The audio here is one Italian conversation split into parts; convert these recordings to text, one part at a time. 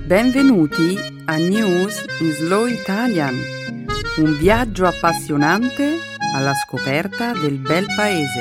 Benvenuti a News in Slow Italian, un viaggio appassionante alla scoperta del bel paese.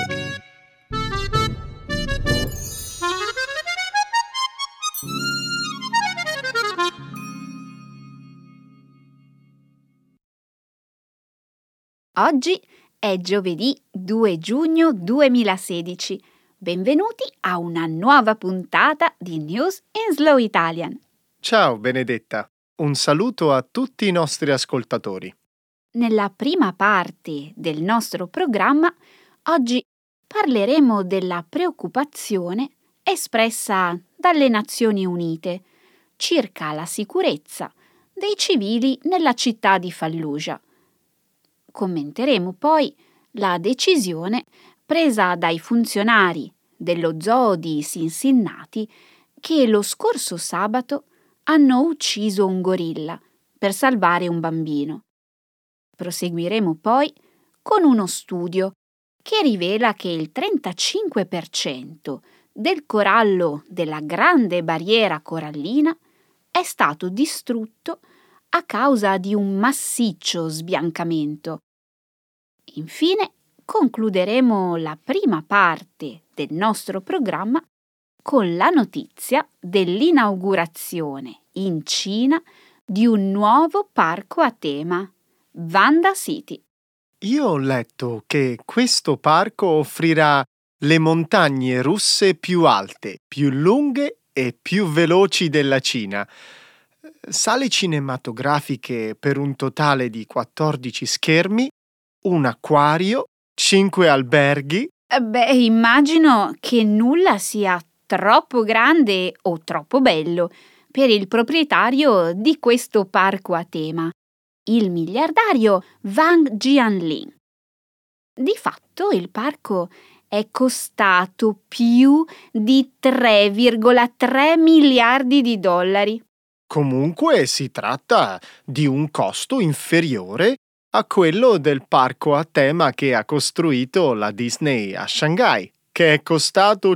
Oggi è giovedì 2 giugno 2016. Benvenuti a una nuova puntata di News in Slow Italian. Ciao Benedetta, un saluto a tutti i nostri ascoltatori. Nella prima parte del nostro programma, oggi parleremo della preoccupazione espressa dalle Nazioni Unite circa la sicurezza dei civili nella città di Fallujah. Commenteremo poi la decisione presa dai funzionari dello zoo di Cincinnati che lo scorso sabato hanno ucciso un gorilla per salvare un bambino. Proseguiremo poi con uno studio che rivela che il 35% del corallo della Grande Barriera Corallina è stato distrutto a causa di un massiccio sbiancamento. Infine, concluderemo la prima parte del nostro programma con la notizia dell'inaugurazione in Cina di un nuovo parco a tema, Vanda City. Io ho letto che questo parco offrirà le montagne russe più alte, più lunghe e più veloci della Cina, sale cinematografiche per un totale di 14 schermi, un acquario, 5 alberghi. Immagino che nulla sia troppo grande o troppo bello per il proprietario di questo parco a tema, il miliardario Wang Jianling. Di fatto il parco è costato più di 3,3 miliardi di dollari. Comunque si tratta di un costo inferiore a quello del parco a tema che ha costruito la Disney a Shanghai, che è costato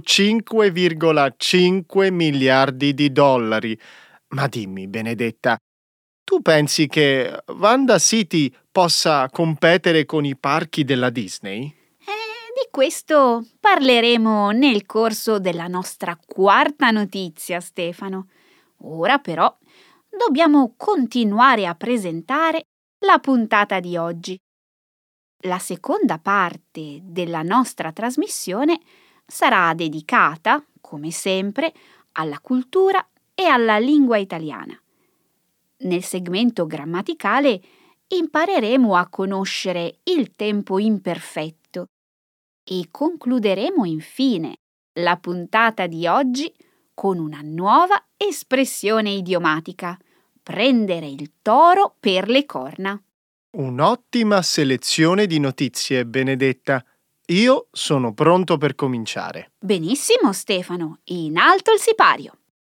5,5 miliardi di dollari. Ma dimmi, Benedetta, tu pensi che Vanda City possa competere con i parchi della Disney? Di questo parleremo nel corso della nostra quarta notizia, Stefano. Ora però dobbiamo continuare a presentare la puntata di oggi. La seconda parte della nostra trasmissione sarà dedicata, come sempre, alla cultura e alla lingua italiana. Nel segmento grammaticale impareremo a conoscere il tempo imperfetto e concluderemo infine la puntata di oggi con una nuova espressione idiomatica: prendere il toro per le corna. Un'ottima selezione di notizie, Benedetta. Io sono pronto per cominciare. Benissimo, Stefano, in alto il sipario.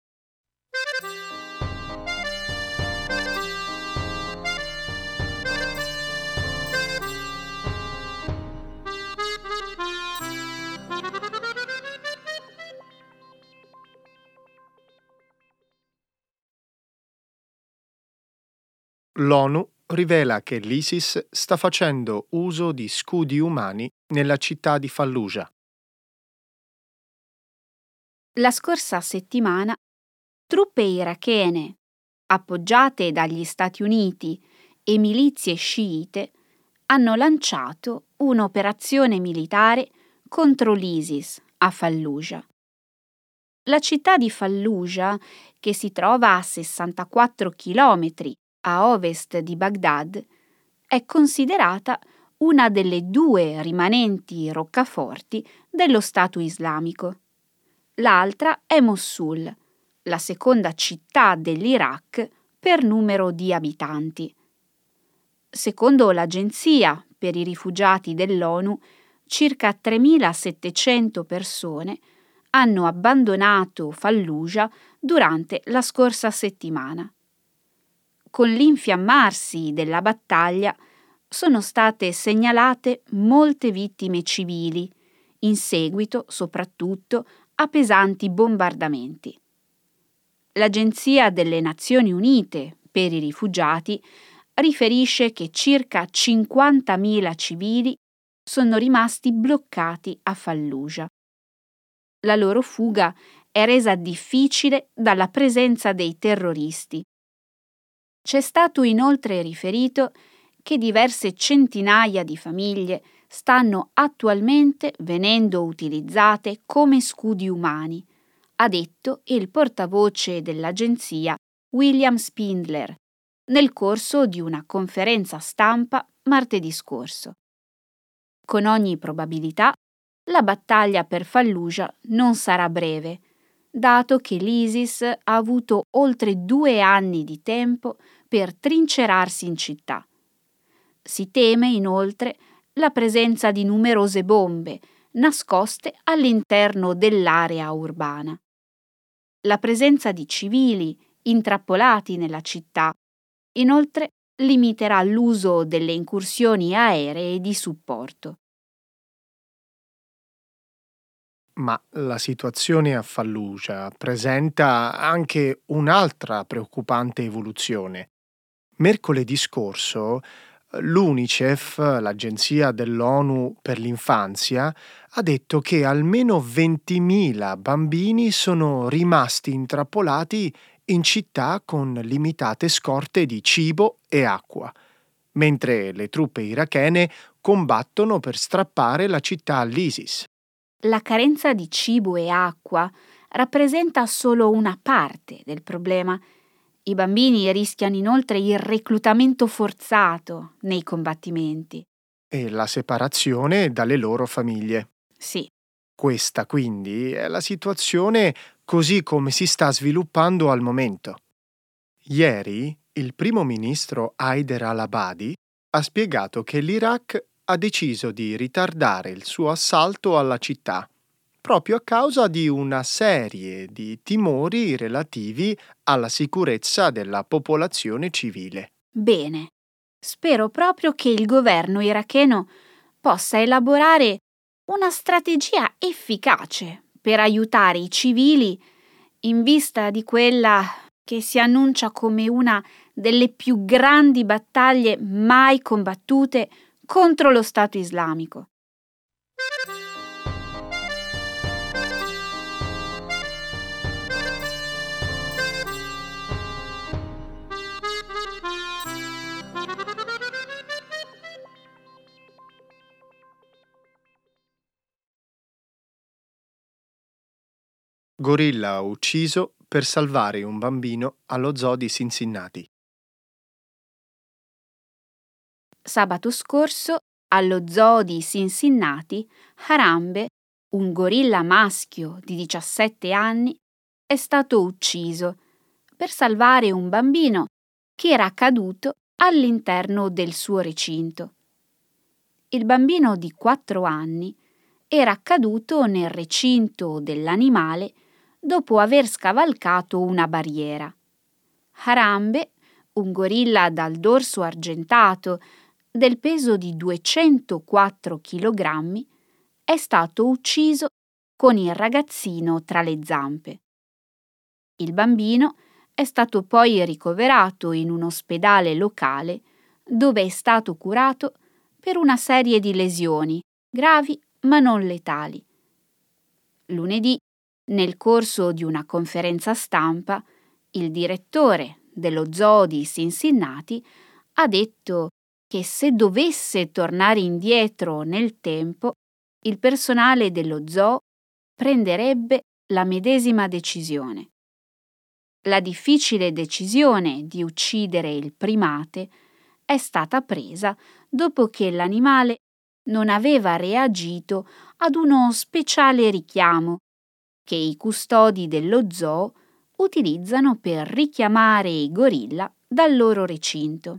L'ONU rivela che l'ISIS sta facendo uso di scudi umani nella città di Fallujah. La scorsa settimana, truppe irachene, appoggiate dagli Stati Uniti e milizie sciite, hanno lanciato un'operazione militare contro l'ISIS a Fallujah. La città di Fallujah, che si trova a 64 chilometri a ovest di Baghdad, è considerata una delle 2 rimanenti roccaforti dello Stato islamico. L'altra è Mosul, la seconda città dell'Iraq per numero di abitanti. Secondo l'Agenzia per i rifugiati dell'ONU, circa 3.700 persone hanno abbandonato Fallujah durante la scorsa settimana. Con l'infiammarsi della battaglia sono state segnalate molte vittime civili, in seguito soprattutto a pesanti bombardamenti. L'Agenzia delle Nazioni Unite per i rifugiati riferisce che circa 50.000 civili sono rimasti bloccati a Fallujah. La loro fuga è resa difficile dalla presenza dei terroristi. C'è stato inoltre riferito che diverse centinaia di famiglie stanno attualmente venendo utilizzate come scudi umani, ha detto il portavoce dell'agenzia William Spindler nel corso di una conferenza stampa martedì scorso. Con ogni probabilità, la battaglia per Fallujah non sarà breve, dato che l'ISIS ha avuto oltre 2 anni di tempo per trincerarsi in città. Si teme inoltre la presenza di numerose bombe nascoste all'interno dell'area urbana. La presenza di civili intrappolati nella città, inoltre, limiterà l'uso delle incursioni aeree di supporto. Ma la situazione a Fallujah presenta anche un'altra preoccupante evoluzione. Mercoledì scorso l'UNICEF, l'Agenzia dell'ONU per l'infanzia, ha detto che almeno 20.000 bambini sono rimasti intrappolati in città con limitate scorte di cibo e acqua, mentre le truppe irachene combattono per strappare la città all'ISIS. La carenza di cibo e acqua rappresenta solo una parte del problema. I bambini rischiano inoltre il reclutamento forzato nei combattimenti. E la separazione dalle loro famiglie. Sì, Questa quindi è la situazione così come si sta sviluppando al momento. Ieri il primo ministro Haider al-Abadi ha spiegato che l'Iraq ha deciso di ritardare il suo assalto alla città, proprio a causa di una serie di timori relativi alla sicurezza della popolazione civile. bene. Spero proprio che il governo iracheno possa elaborare una strategia efficace per aiutare i civili in vista di quella che si annuncia come una delle più grandi battaglie mai combattute contro lo Stato islamico. Gorilla ucciso per salvare un bambino allo zoo di Cincinnati. Sabato scorso, allo zoo di Cincinnati, Harambe, un gorilla maschio di 17 anni, è stato ucciso per salvare un bambino che era caduto all'interno del suo recinto. Il bambino di 4 anni era caduto nel recinto dell'animale dopo aver scavalcato una barriera. Harambe, un gorilla dal dorso argentato del peso di 204 kg, è stato ucciso con il ragazzino tra le zampe. Il bambino è stato poi ricoverato in un ospedale locale dove è stato curato per una serie di lesioni gravi ma non letali. Lunedì, nel corso di una conferenza stampa, il direttore dello zoo di Cincinnati ha detto che se dovesse tornare indietro nel tempo, il personale dello zoo prenderebbe la medesima decisione. La difficile decisione di uccidere il primate è stata presa dopo che l'animale non aveva reagito ad uno speciale richiamo che i custodi dello zoo utilizzano per richiamare i gorilla dal loro recinto.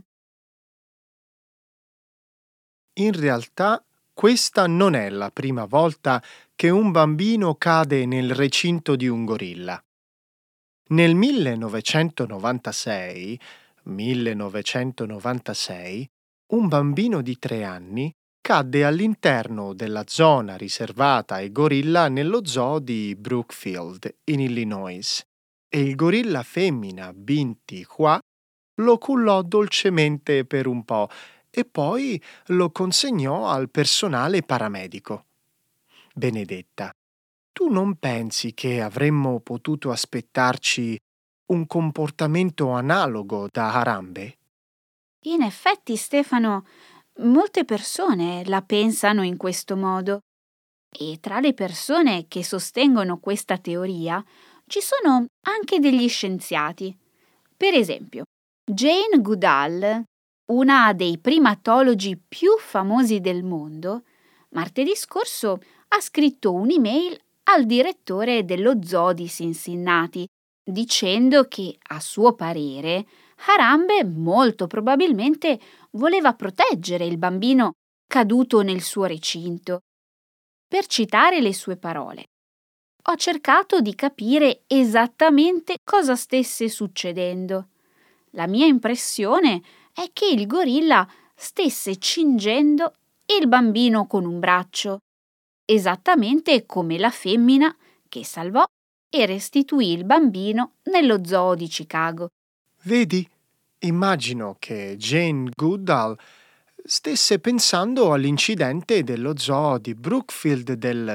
In realtà, questa non è la prima volta che un bambino cade nel recinto di un gorilla. Nel 1996, un bambino di 3 anni cadde all'interno della zona riservata ai gorilla nello zoo di Brookfield, in Illinois. e il gorilla femmina Binti qua lo cullò dolcemente per un po' e poi lo consegnò al personale paramedico. Benedetta, tu non pensi che avremmo potuto aspettarci un comportamento analogo da Harambe? In effetti, Stefano, molte persone la pensano in questo modo e tra le persone che sostengono questa teoria ci sono anche degli scienziati. Per esempio, Jane Goodall, una dei primatologi più famosi del mondo, martedì scorso ha scritto un'email al direttore dello zoo di Cincinnati dicendo che, a suo parere, Harambe molto probabilmente voleva proteggere il bambino caduto nel suo recinto. Per citare le sue parole, ho cercato di capire esattamente cosa stesse succedendo. La mia impressione è che il gorilla stesse cingendo il bambino con un braccio, esattamente come la femmina che salvò e restituì il bambino nello zoo di Chicago. Vedi, immagino che Jane Goodall stesse pensando all'incidente dello zoo di Brookfield del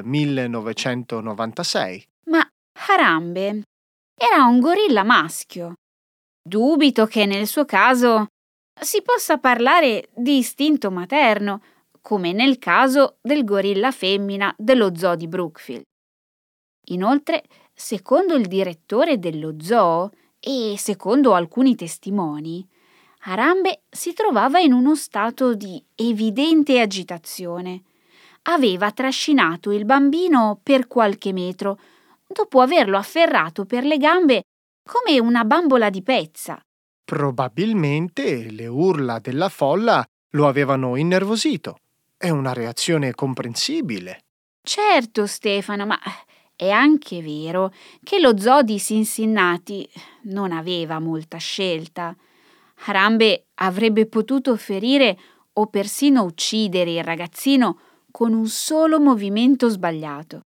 1996. Ma Harambe era un gorilla maschio. Dubito che nel suo caso si possa parlare di istinto materno, come nel caso del gorilla femmina dello zoo di Brookfield. Inoltre, secondo il direttore dello zoo e secondo alcuni testimoni, Harambe si trovava in uno stato di evidente agitazione. Aveva trascinato il bambino per qualche metro, dopo averlo afferrato per le gambe come una bambola di pezza. Probabilmente le urla della folla lo avevano innervosito. È una reazione comprensibile. Certo, Stefano, ma è anche vero che lo zoo di Cincinnati non aveva molta scelta. Harambe avrebbe potuto ferire o persino uccidere il ragazzino con un solo movimento sbagliato.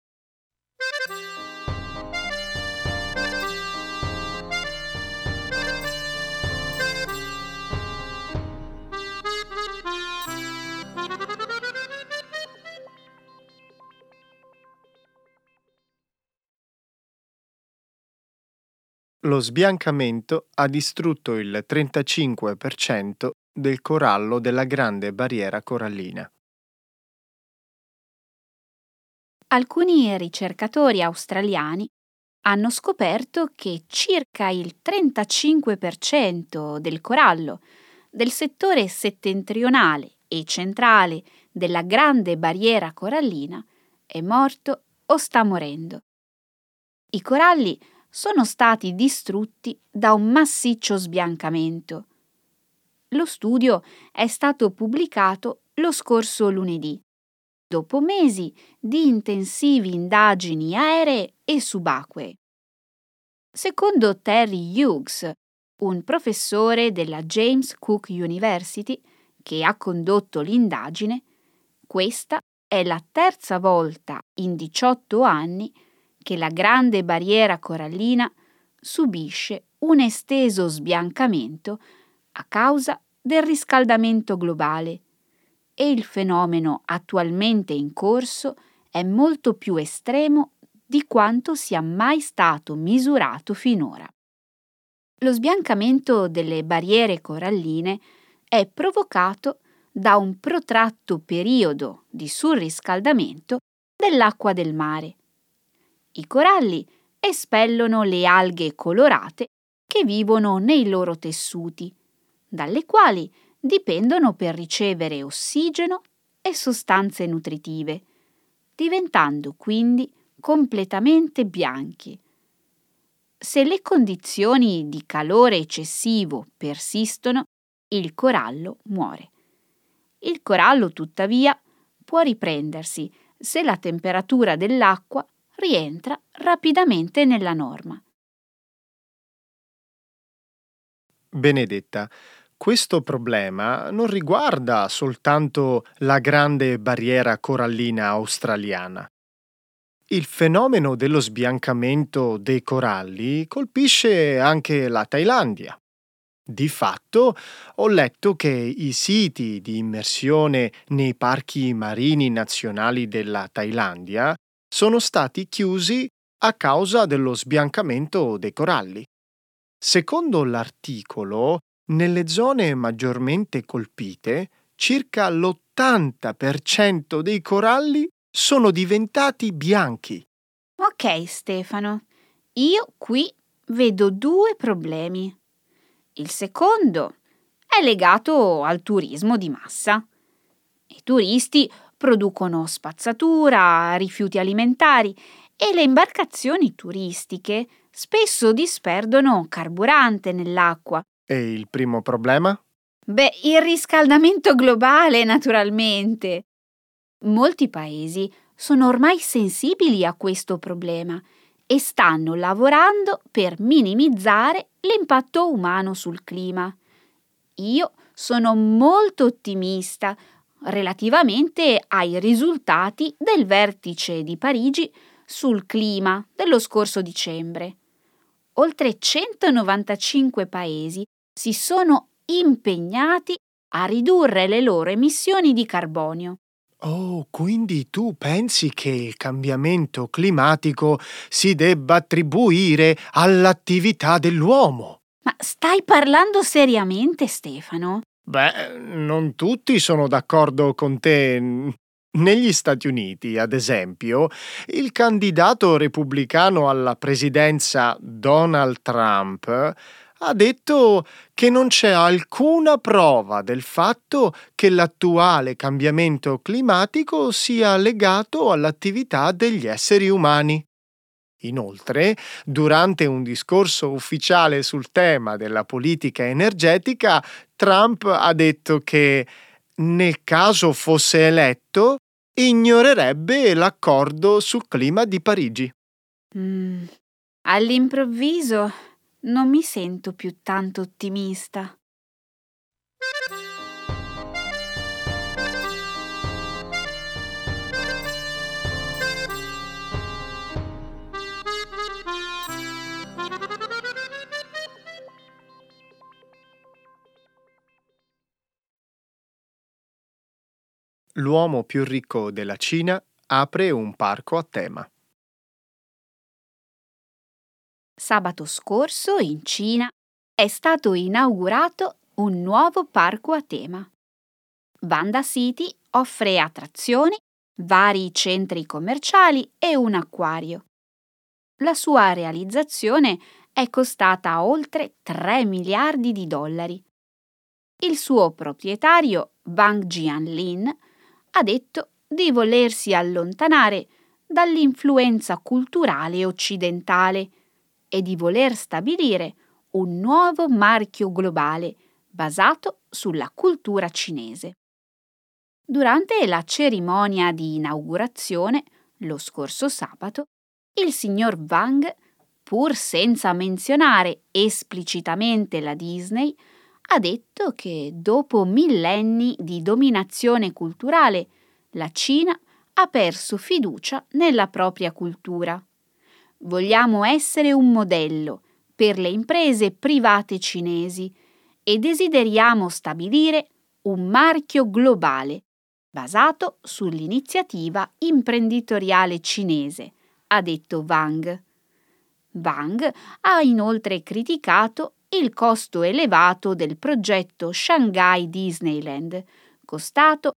Lo sbiancamento ha distrutto il 35% del corallo della Grande Barriera Corallina. Alcuni ricercatori australiani hanno scoperto che circa il 35% del corallo del settore settentrionale e centrale della Grande Barriera Corallina è morto o sta morendo. I coralli sono stati distrutti da un massiccio sbiancamento. Lo studio è stato pubblicato lo scorso lunedì, dopo mesi di intensive indagini aeree e subacquee. Secondo Terry Hughes, un professore della James Cook University che ha condotto l'indagine, questa è la terza volta in 18 anni che la Grande Barriera Corallina subisce un esteso sbiancamento a causa del riscaldamento globale e il fenomeno attualmente in corso è molto più estremo di quanto sia mai stato misurato finora. Lo sbiancamento delle barriere coralline è provocato da un protratto periodo di surriscaldamento dell'acqua del mare. I coralli espellono le alghe colorate che vivono nei loro tessuti, dalle quali dipendono per ricevere ossigeno e sostanze nutritive, diventando quindi completamente bianchi. Se le condizioni di calore eccessivo persistono, il corallo muore. Il corallo, tuttavia, può riprendersi se la temperatura dell'acqua rientra rapidamente nella norma. Benedetta, questo problema non riguarda soltanto la Grande Barriera Corallina australiana. Il fenomeno dello sbiancamento dei coralli colpisce anche la Thailandia. Di fatto, ho letto che i siti di immersione nei parchi marini nazionali della Thailandia sono stati chiusi a causa dello sbiancamento dei coralli. Secondo l'articolo, nelle zone maggiormente colpite, circa l'80% dei coralli sono diventati bianchi. Ok, Stefano, io qui vedo due problemi. Il secondo è legato al turismo di massa. I turisti producono spazzatura, rifiuti alimentari e le imbarcazioni turistiche spesso disperdono carburante nell'acqua. E il primo problema? Beh, il riscaldamento globale, naturalmente. Molti paesi sono ormai sensibili a questo problema e stanno lavorando per minimizzare l'impatto umano sul clima. Io sono molto ottimista relativamente ai risultati del vertice di Parigi sul clima dello scorso dicembre. Oltre 195 paesi si sono impegnati a ridurre le loro emissioni di carbonio. Oh, quindi tu pensi che il cambiamento climatico si debba attribuire all'attività dell'uomo? Ma stai parlando seriamente, Stefano? Beh, non tutti sono d'accordo con te. Negli Stati Uniti, ad esempio, il candidato repubblicano alla presidenza Donald Trump ha detto che non c'è alcuna prova del fatto che l'attuale cambiamento climatico sia legato all'attività degli esseri umani. Inoltre, durante un discorso ufficiale sul tema della politica energetica, Trump ha detto che, nel caso fosse eletto, ignorerebbe l'accordo sul clima di Parigi. All'improvviso non mi sento più tanto ottimista. L'uomo più ricco della Cina apre un parco a tema. Sabato scorso in Cina è stato inaugurato un nuovo parco a tema. Vanda City offre attrazioni, vari centri commerciali e un acquario. La sua realizzazione è costata oltre 3 miliardi di dollari. Il suo proprietario, Wang Jianlin, ha detto di volersi allontanare dall'influenza culturale occidentale e di voler stabilire un nuovo marchio globale basato sulla cultura cinese. Durante la cerimonia di inaugurazione, lo scorso sabato, il signor Wang, pur senza menzionare esplicitamente la Disney, ha detto che dopo millenni di dominazione culturale, la Cina ha perso fiducia nella propria cultura. Vogliamo essere un modello per le imprese private cinesi e desideriamo stabilire un marchio globale basato sull'iniziativa imprenditoriale cinese, ha detto Wang. Wang ha inoltre criticato il costo elevato del progetto Shanghai Disneyland, costato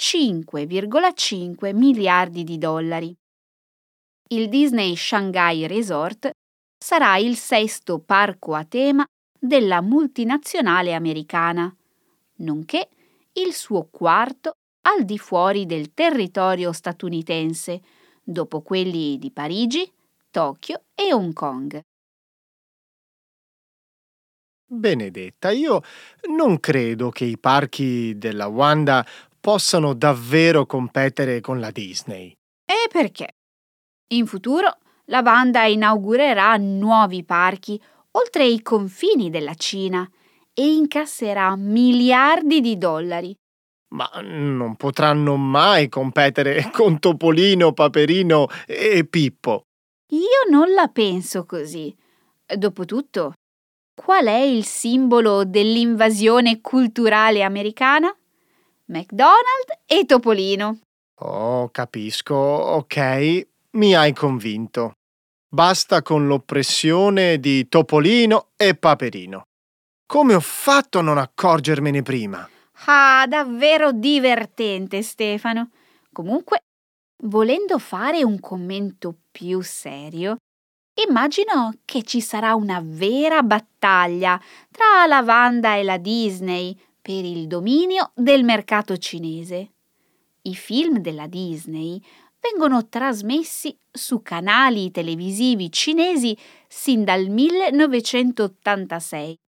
5,5 miliardi di dollari. Il Disney Shanghai Resort sarà il 6º parco a tema della multinazionale americana, nonché il suo 4º al di fuori del territorio statunitense, dopo quelli di Parigi, Tokyo e Hong Kong. Benedetta, io non credo che i parchi della Wanda possano davvero competere con la Disney. E perché? In futuro la Wanda inaugurerà nuovi parchi oltre i confini della Cina e incasserà miliardi di dollari. Ma non potranno mai competere con Topolino, Paperino e Pippo. Io non la penso così. Dopotutto, qual è il simbolo dell'invasione culturale americana? McDonald's e Topolino. Oh, capisco, ok, mi hai convinto. Basta con l'oppressione di Topolino e Paperino. Come ho fatto a non accorgermene prima? Ah, davvero divertente, Stefano. Comunque, volendo fare un commento più serio, immagino che ci sarà una vera battaglia tra la Wanda e la Disney per il dominio del mercato cinese. I film della Disney vengono trasmessi su canali televisivi cinesi sin dal 1986.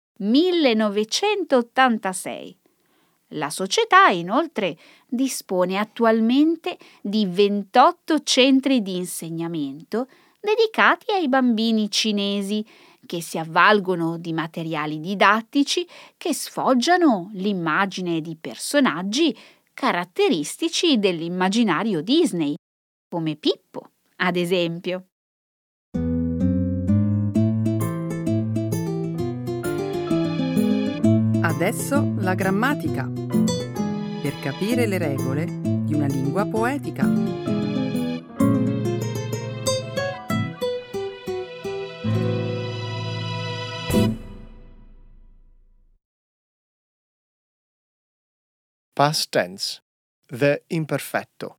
1986. La società, inoltre, dispone attualmente di 28 centri di insegnamento dedicati ai bambini cinesi che si avvalgono di materiali didattici che sfoggiano l'immagine di personaggi caratteristici dell'immaginario Disney, come Pippo, ad esempio. Adesso la grammatica, per capire le regole di una lingua poetica. Past tense. The imperfetto.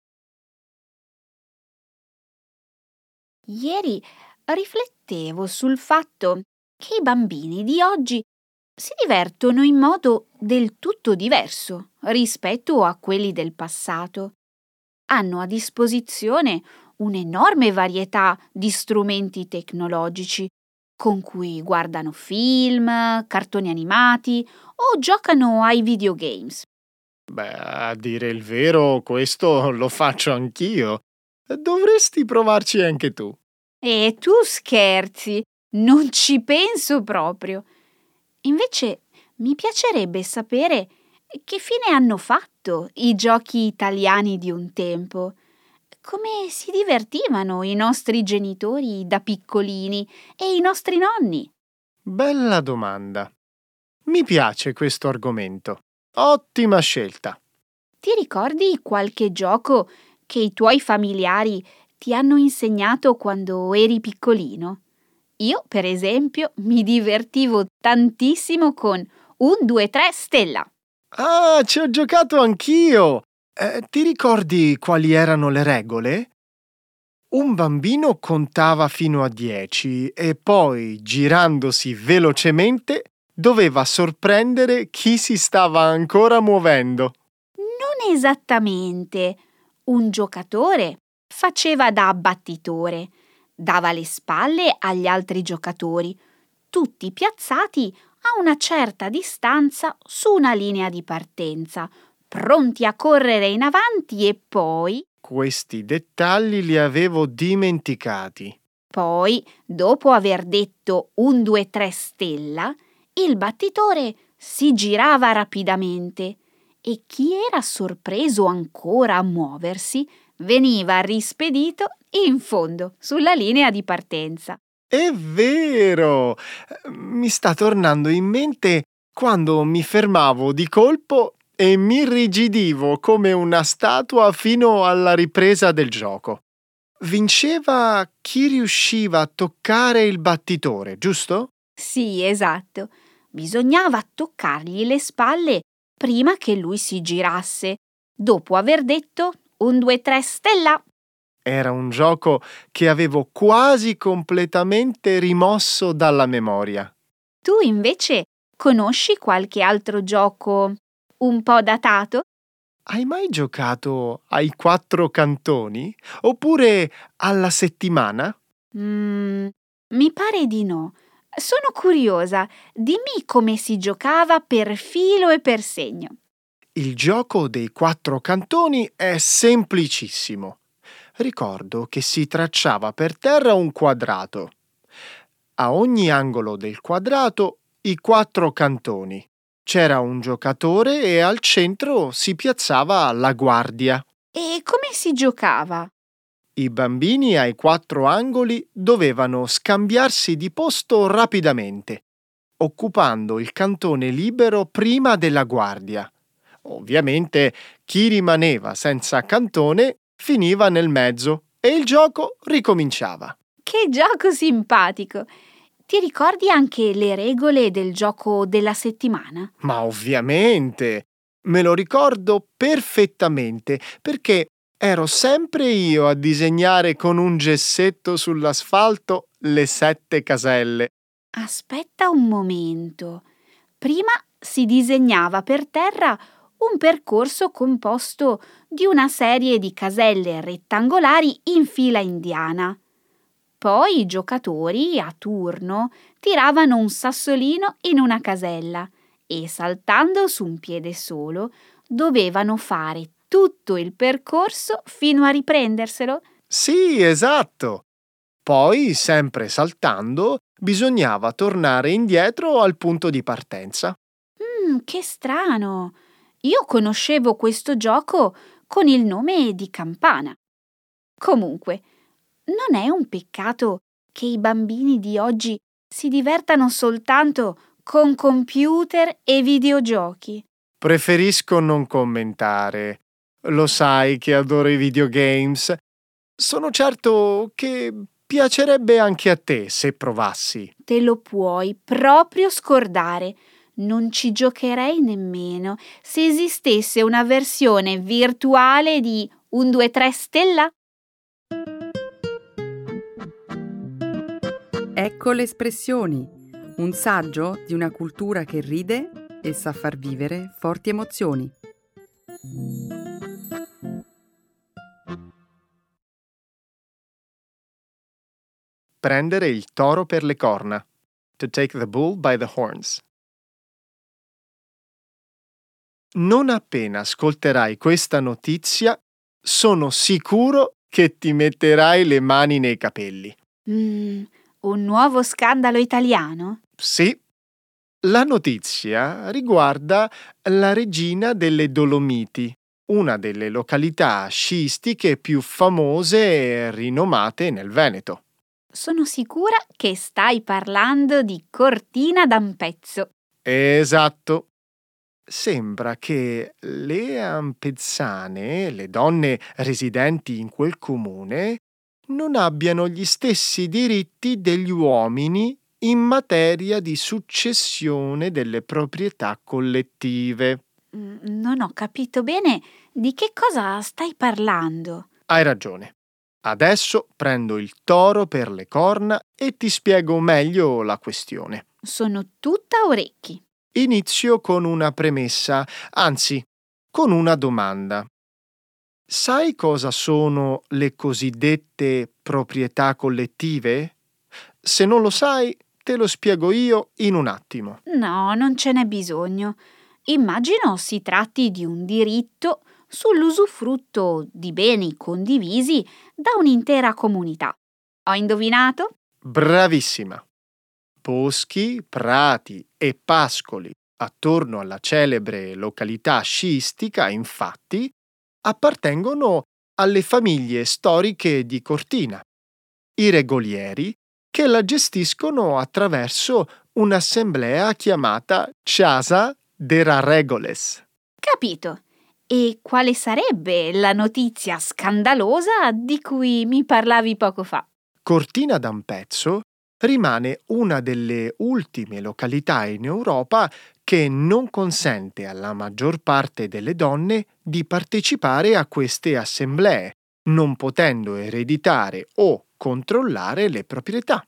Ieri riflettevo sul fatto che i bambini di oggi si divertono in modo del tutto diverso rispetto a quelli del passato. Hanno a disposizione un'enorme varietà di strumenti tecnologici con cui guardano film, cartoni animati o giocano ai videogames. Beh, a dire il vero, questo lo faccio anch'io. Dovresti provarci anche tu. E tu scherzi, non ci penso proprio. Invece mi piacerebbe sapere che fine hanno fatto i giochi italiani di un tempo. Come si divertivano i nostri genitori da piccolini e i nostri nonni? Bella domanda. Mi piace questo argomento. Ottima scelta. Ti ricordi qualche gioco che i tuoi familiari ti hanno insegnato quando eri piccolino? Io, per esempio, mi divertivo tantissimo con 1, 2, 3 stella. Ah, ci ho giocato anch'io! Ti ricordi quali erano le regole? Un bambino contava fino a 10 e poi, girandosi velocemente, doveva sorprendere chi si stava ancora muovendo. Non esattamente. Un giocatore faceva da abbattitore, dava le spalle agli altri giocatori, tutti piazzati a una certa distanza su una linea di partenza, pronti a correre in avanti e poi, Questi dettagli li avevo dimenticati. dopo aver detto 1, 2, 3 stella, il battitore si girava rapidamente e chi era sorpreso ancora a muoversi veniva rispedito in fondo sulla linea di partenza. È vero! Mi sta tornando in mente quando mi fermavo di colpo e mi irrigidivo come una statua fino alla ripresa del gioco. Vinceva chi riusciva a toccare il battitore, giusto? Sì, esatto. Bisognava toccargli le spalle prima che lui si girasse, dopo aver detto 1, 2, 3 stella. Era un gioco che avevo quasi completamente rimosso dalla memoria. Tu invece conosci qualche altro gioco un po' datato? Hai mai giocato ai 4 cantoni? Oppure alla settimana? Mi pare di no. Sono curiosa. Dimmi come si giocava per filo e per segno. Il gioco dei 4 cantoni è semplicissimo. Ricordo che si tracciava per terra un quadrato. A ogni angolo del quadrato i 4 cantoni. C'era un giocatore e al centro si piazzava la guardia. E come si giocava? I bambini ai 4 angoli dovevano scambiarsi di posto rapidamente, occupando il cantone libero prima della guardia. Ovviamente chi rimaneva senza cantone finiva nel mezzo e il gioco ricominciava. Che gioco simpatico! Ti ricordi anche le regole del gioco della settimana? Ma ovviamente me lo ricordo perfettamente perché ero sempre io a disegnare con un gessetto sull'asfalto le 7 caselle. Aspetta un momento. Prima si disegnava per terra un percorso composto di una serie di caselle rettangolari in fila indiana. Poi i giocatori, a turno, tiravano un sassolino in una casella e, saltando su un piede solo, dovevano fare tutto il percorso fino a riprenderselo. Sì, esatto. Poi, sempre saltando, bisognava tornare indietro al punto di partenza. Che strano! Io conoscevo questo gioco con il nome di campana. Comunque, non è un peccato che i bambini di oggi si divertano soltanto con computer e videogiochi. Preferisco non commentare. Lo sai che adoro i videogames. Sono certo che piacerebbe anche a te se provassi. Te lo puoi proprio scordare. Non ci giocherei nemmeno se esistesse una versione virtuale di 1, 2, 3 stella. Ecco le espressioni, un saggio di una cultura che ride e sa far vivere forti emozioni. Prendere il toro per le corna. To take the bull by the horns. Non appena ascolterai questa notizia, sono sicuro che ti metterai le mani nei capelli. Un nuovo scandalo italiano? Sì. La notizia riguarda la regina delle Dolomiti, una delle località sciistiche più famose e rinomate nel Veneto. Sono sicura che stai parlando di Cortina d'Ampezzo. Esatto. Sembra che le ampezzane, le donne residenti in quel comune, non abbiano gli stessi diritti degli uomini in materia di successione delle proprietà collettive. Non ho capito bene di che cosa stai parlando. Hai ragione. Adesso prendo il toro per le corna e ti spiego meglio la questione. Sono tutta orecchi. Inizio con una premessa, anzi, con una domanda. Sai cosa sono le cosiddette proprietà collettive? Se non lo sai, te lo spiego io in un attimo. No, non ce n'è bisogno. Immagino si tratti di un diritto sull'usufrutto di beni condivisi da un'intera comunità. Ho indovinato? Bravissima! Boschi, prati e pascoli attorno alla celebre località sciistica, infatti, appartengono alle famiglie storiche di Cortina, i regolieri che la gestiscono attraverso un'assemblea chiamata Chasa de Regoles. Capito. E quale sarebbe la notizia scandalosa di cui mi parlavi poco fa? Cortina d'Ampezzo rimane una delle ultime località in Europa che non consente alla maggior parte delle donne di partecipare a queste assemblee, non potendo ereditare o controllare le proprietà.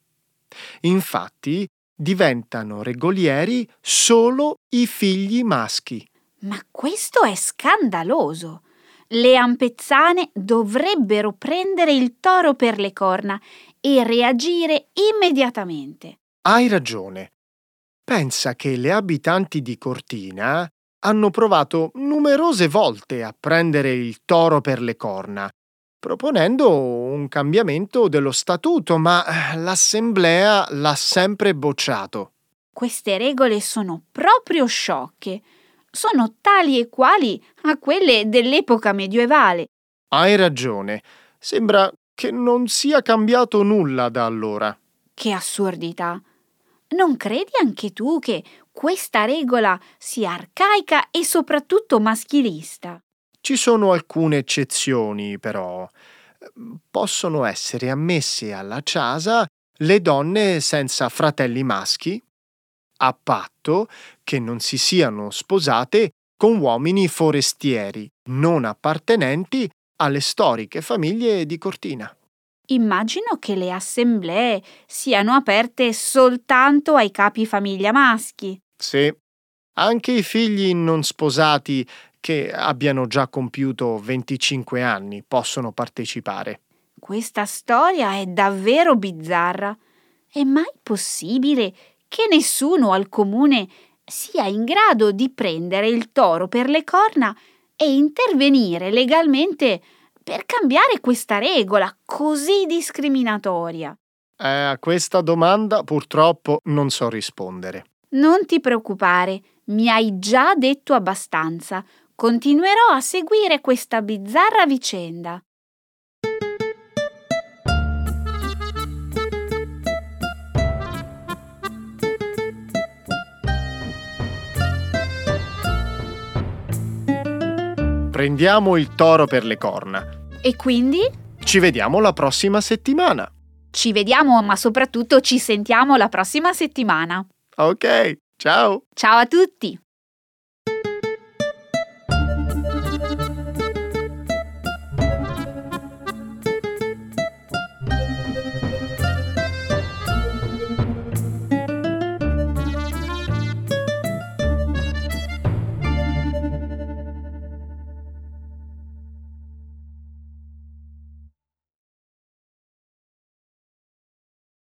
Infatti, diventano regolieri solo i figli maschi. Ma questo è scandaloso! Le ampezzane dovrebbero prendere il toro per le corna e reagire immediatamente. Hai ragione. Pensa che le abitanti di Cortina hanno provato numerose volte a prendere il toro per le corna, proponendo un cambiamento dello statuto, ma l'assemblea l'ha sempre bocciato. Queste regole sono proprio sciocche. Sono tali e quali a quelle dell'epoca medievale. Hai ragione. Sembra che non sia cambiato nulla da allora. Che assurdità! Non credi anche tu che questa regola sia arcaica e soprattutto maschilista? Ci sono alcune eccezioni, però. Possono essere ammesse alla ciasa le donne senza fratelli maschi, a patto che non si siano sposate con uomini forestieri, non appartenenti alle storiche famiglie di Cortina. Immagino che le assemblee siano aperte soltanto ai capi famiglia maschi. Sì, anche i figli non sposati che abbiano già compiuto 25 anni possono partecipare. Questa storia è davvero bizzarra. È mai possibile che nessuno al comune sia in grado di prendere il toro per le corna e intervenire legalmente per cambiare questa regola così discriminatoria? A questa domanda purtroppo non so rispondere. Non ti preoccupare, mi hai già detto abbastanza. Continuerò a seguire questa bizzarra vicenda. Prendiamo il toro per le corna. E quindi? Ci vediamo la prossima settimana. Ci vediamo, ma soprattutto ci sentiamo la prossima settimana. Ok, ciao! Ciao a tutti!